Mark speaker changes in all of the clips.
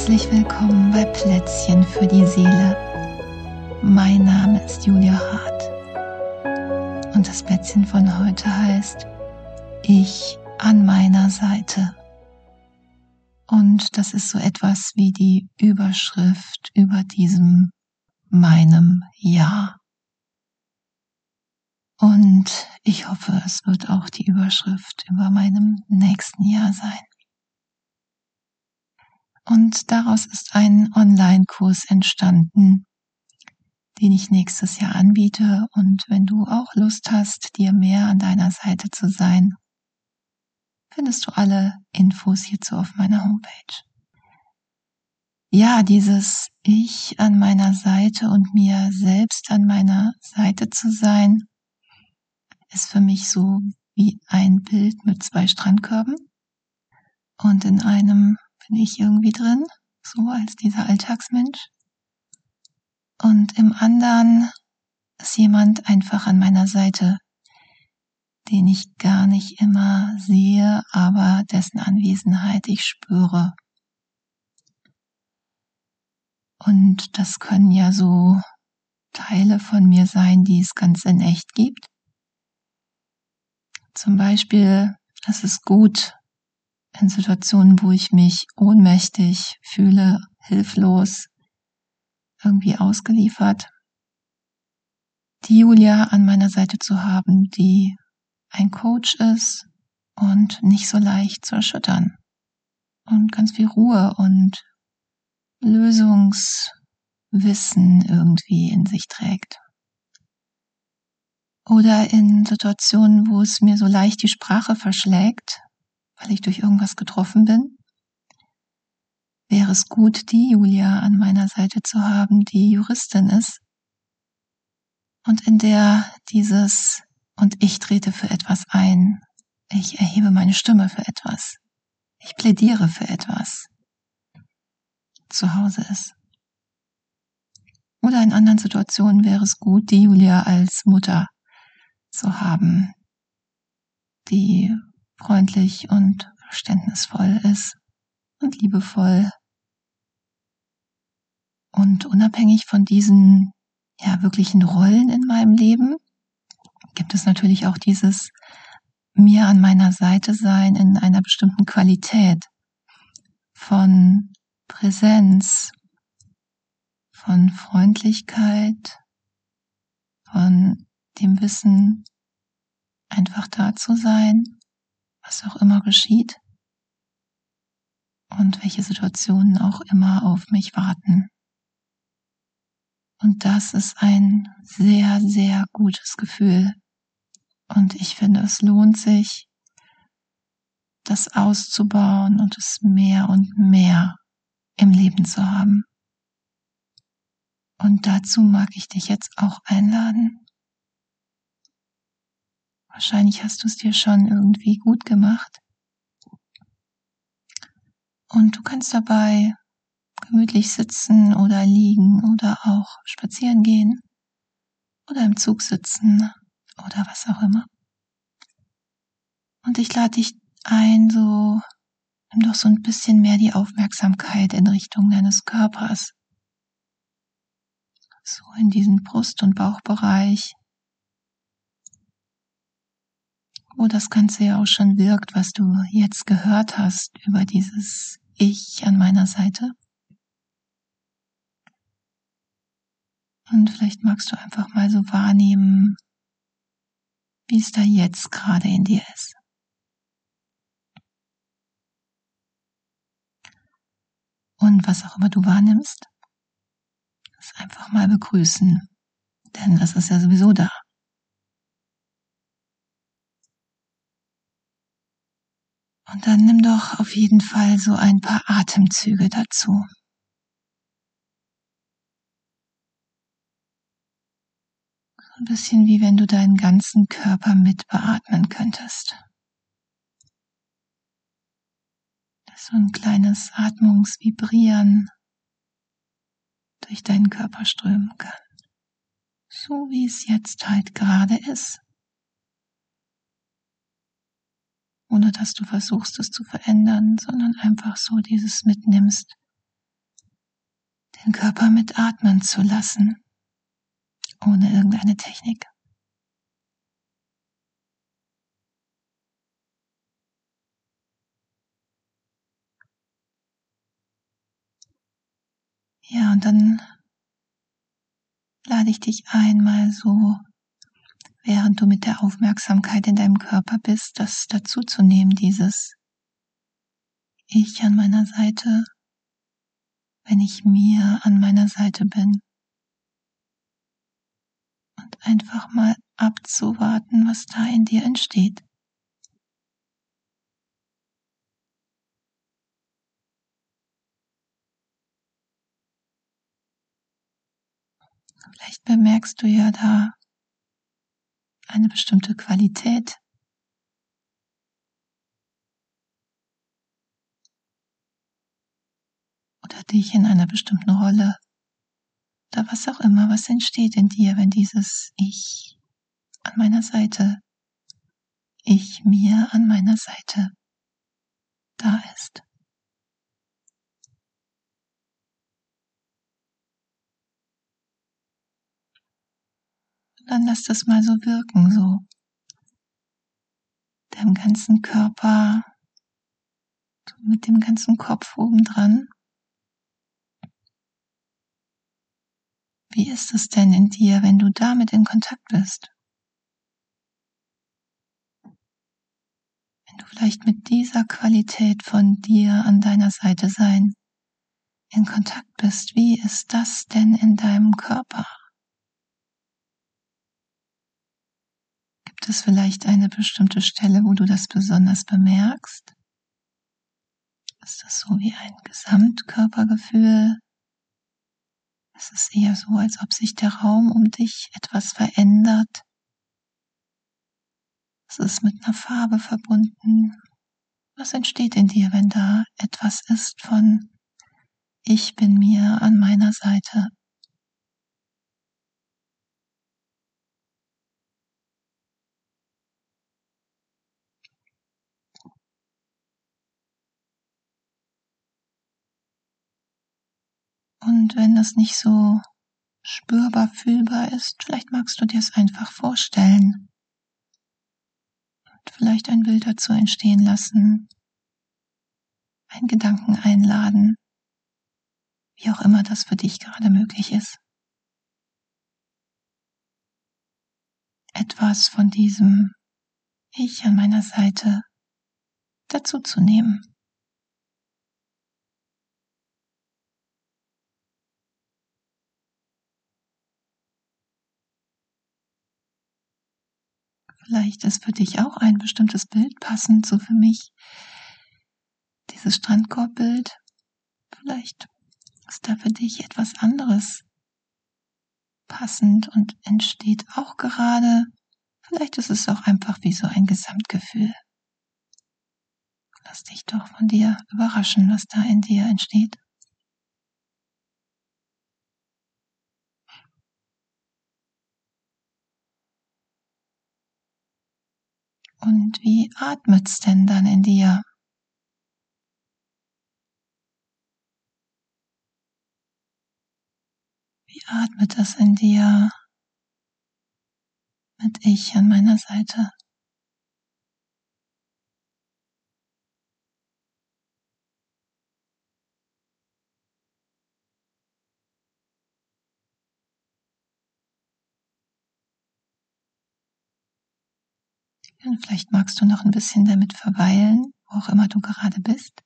Speaker 1: Herzlich willkommen bei Plätzchen für die Seele. Mein Name ist Julia Hart und das Plätzchen von heute heißt Ich an meiner Seite. Und das ist so etwas wie die Überschrift über diesem meinem Jahr. Und ich hoffe, es wird auch die Überschrift über meinem nächsten Jahr sein. Und daraus ist ein Online-Kurs entstanden, den ich nächstes Jahr anbiete. Und wenn du auch Lust hast, dir mehr an deiner Seite zu sein, findest du alle Infos hierzu auf meiner Homepage. Ja, dieses Ich an meiner Seite und mir selbst an meiner Seite zu sein, ist für mich so wie ein Bild mit 2 Strandkörben. Und in einem bin ich irgendwie drin, so als dieser Alltagsmensch. Und im anderen ist jemand einfach an meiner Seite, den ich gar nicht immer sehe, aber dessen Anwesenheit ich spüre. Und das können ja so Teile von mir sein, die es ganz in echt gibt. Zum Beispiel, es ist gut in Situationen, wo ich mich ohnmächtig fühle, hilflos, irgendwie ausgeliefert, die Julia an meiner Seite zu haben, die ein Coach ist und nicht so leicht zu erschüttern und ganz viel Ruhe und Lösungswissen irgendwie in sich trägt. Oder in Situationen, wo es mir so leicht die Sprache verschlägt, weil ich durch irgendwas getroffen bin, wäre es gut, die Julia an meiner Seite zu haben, die Juristin ist und in der dieses und ich trete für etwas ein, ich erhebe meine Stimme für etwas, ich plädiere für etwas, zu Hause ist. Oder in anderen Situationen wäre es gut, die Julia als Mutter zu haben, die freundlich und verständnisvoll ist und liebevoll. Und unabhängig von diesen wirklichen Rollen in meinem Leben gibt es natürlich auch dieses mir an meiner Seite sein in einer bestimmten Qualität von Präsenz, von Freundlichkeit, von dem Wissen, einfach da zu sein, was auch immer geschieht und welche Situationen auch immer auf mich warten. Und das ist ein sehr, sehr gutes Gefühl. Und ich finde, es lohnt sich, das auszubauen und es mehr und mehr im Leben zu haben. Und dazu mag ich dich jetzt auch einladen. Wahrscheinlich hast du es dir schon irgendwie gut gemacht. Und du kannst dabei gemütlich sitzen oder liegen oder auch spazieren gehen oder im Zug sitzen oder was auch immer. Und ich lade dich ein, nimm doch so ein bisschen mehr die Aufmerksamkeit in Richtung deines Körpers. So in diesen Brust- und Bauchbereich, wo das Ganze ja auch schon wirkt, was du jetzt gehört hast über dieses Ich an meiner Seite. Und vielleicht magst du einfach mal so wahrnehmen, wie es da jetzt gerade in dir ist. Und was auch immer du wahrnimmst, das einfach mal begrüßen, denn das ist ja sowieso da. Und dann nimm doch auf jeden Fall so ein paar Atemzüge dazu. So ein bisschen wie wenn du deinen ganzen Körper mit beatmen könntest. Dass so ein kleines Atmungsvibrieren durch deinen Körper strömen kann. So wie es jetzt halt gerade ist. Ohne dass du versuchst, es zu verändern, sondern einfach so dieses mitnimmst, den Körper mitatmen zu lassen, ohne irgendeine Technik. Ja, und dann lade ich dich ein, mal so, während du mit der Aufmerksamkeit in deinem Körper bist, das dazu zu nehmen, dieses Ich an meiner Seite, wenn ich mir an meiner Seite bin. Und einfach mal abzuwarten, was da in dir entsteht. Vielleicht bemerkst du ja da eine bestimmte Qualität. Oder dich in einer bestimmten Rolle. Oder was auch immer, was entsteht in dir, wenn dieses Ich an meiner Seite, ich mir an meiner Seite da ist. Und dann lass das mal so wirken, so deinem ganzen Körper, mit dem ganzen Kopf obendran. Wie ist es denn in dir, wenn du damit in Kontakt bist? Wenn du vielleicht mit dieser Qualität von dir an deiner Seite sein in Kontakt bist, wie ist das denn in deinem Körper? Gibt es vielleicht eine bestimmte Stelle, wo du das besonders bemerkst? Ist das so wie ein Gesamtkörpergefühl? Es ist eher so, als ob sich der Raum um dich etwas verändert. Es ist mit einer Farbe verbunden. Was entsteht in dir, wenn da etwas ist von Ich bin mir an meiner Seite? Und wenn das nicht so spürbar, fühlbar ist, vielleicht magst du dir es einfach vorstellen und vielleicht ein Bild dazu entstehen lassen, einen Gedanken einladen, wie auch immer das für dich gerade möglich ist. Etwas von diesem Ich an meiner Seite dazu zu nehmen. Vielleicht ist für dich auch ein bestimmtes Bild passend, so für mich dieses Strandkorbbild. Vielleicht ist da für dich etwas anderes passend und entsteht auch gerade. Vielleicht ist es auch einfach wie so ein Gesamtgefühl. Lass dich doch von dir überraschen, was da in dir entsteht. Und wie atmet's denn dann in dir? Wie atmet es in dir mit Ich an meiner Seite? Und vielleicht magst du noch ein bisschen damit verweilen, wo auch immer du gerade bist.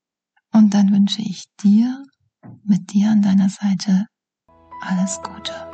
Speaker 1: Und dann wünsche ich dir, mit dir an deiner Seite, alles Gute.